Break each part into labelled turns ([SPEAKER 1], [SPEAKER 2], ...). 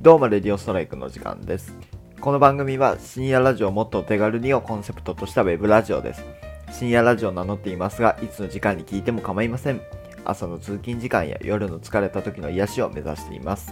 [SPEAKER 1] どうもレディオストライクの時間です。この番組は深夜ラジオをもっとお手軽にをコンセプトとしたウェブラジオです。深夜ラジオを名乗っていますが、いつの時間に聞いても構いません。朝の通勤時間や夜の疲れた時の癒しを目指しています。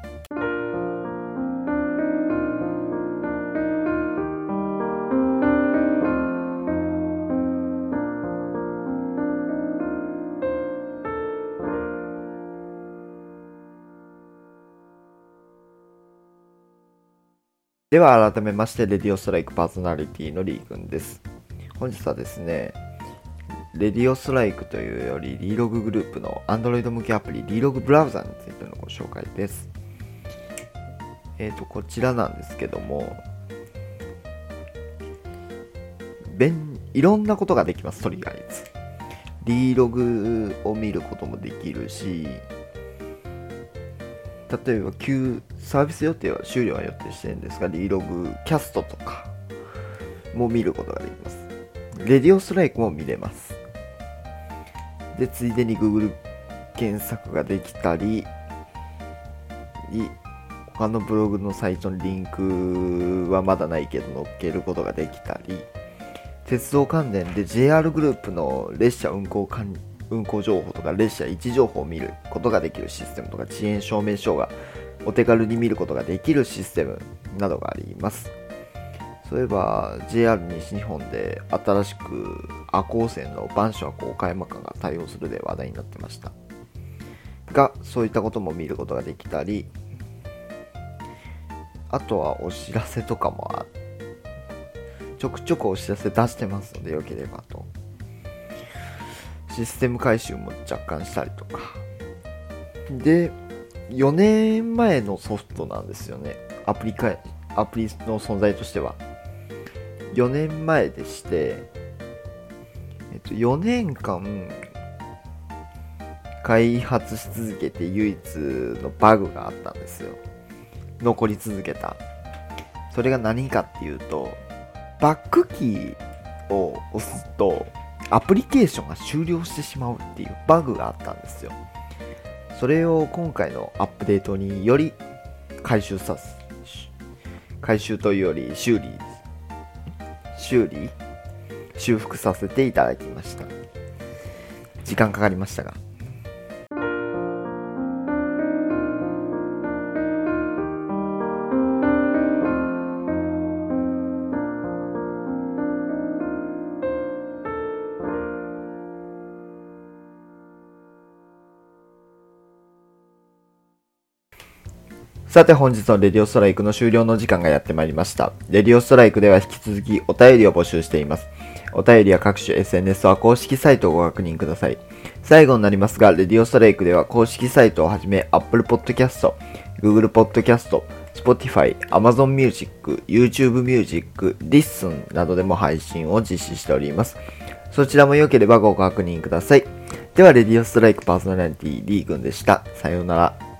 [SPEAKER 1] では改めましてレディオストライクパーソナリティのリーくんです。本日はですね、レディオストライクというより D ロググループの Android 向けアプリ D ログブラウザについてのご紹介です。こちらなんですけども、いろんなことができます。とりあえず D ログを見ることもできるし、例えばサービス予定は終了は予定してるんですが、D ログキャストとかも見ることができます。レディオストライクも見れます。で、ついでに Google 検索ができたり、他のブログのサイトにリンクはまだないけど載っけることができたり、鉄道関連で JR グループの列車運行情報とか列車位置情報を見ることができるシステムとか、遅延証明書がお手軽に見ることができるシステムなどがあります。そういえば JR 西日本で新しく赤穂線の坂所岡山間が対応するで話題になってましたが、そういったことも見ることができたり、あとはお知らせとかもちょくちょくお知らせ出してますので、よければと。システム改修も若干したりとかで、4年前のソフトなんですよね。アプリの存在としては4年前でして、4年間開発し続けて唯一のバグがあったんですよ。残り続けた。それが何かっていうと、バックキーを押すとアプリケーションが終了してしまうっていうバグがあったんですよ。それを今回のアップデートにより回収というより修復させていただきました。時間かかりましたが、さて本日のレディオストライクの終了の時間がやってまいりました。レディオストライクでは引き続きお便りを募集しています。お便りは各種 SNS は公式サイトをご確認ください。最後になりますが、レディオストライクでは公式サイトをはじめ Apple Podcast、Google Podcast、Spotify、Amazon Music、YouTube Music、Listen などでも配信を実施しております。そちらも良ければご確認ください。ではレディオストライクパーソナリティリー君でした。さようなら。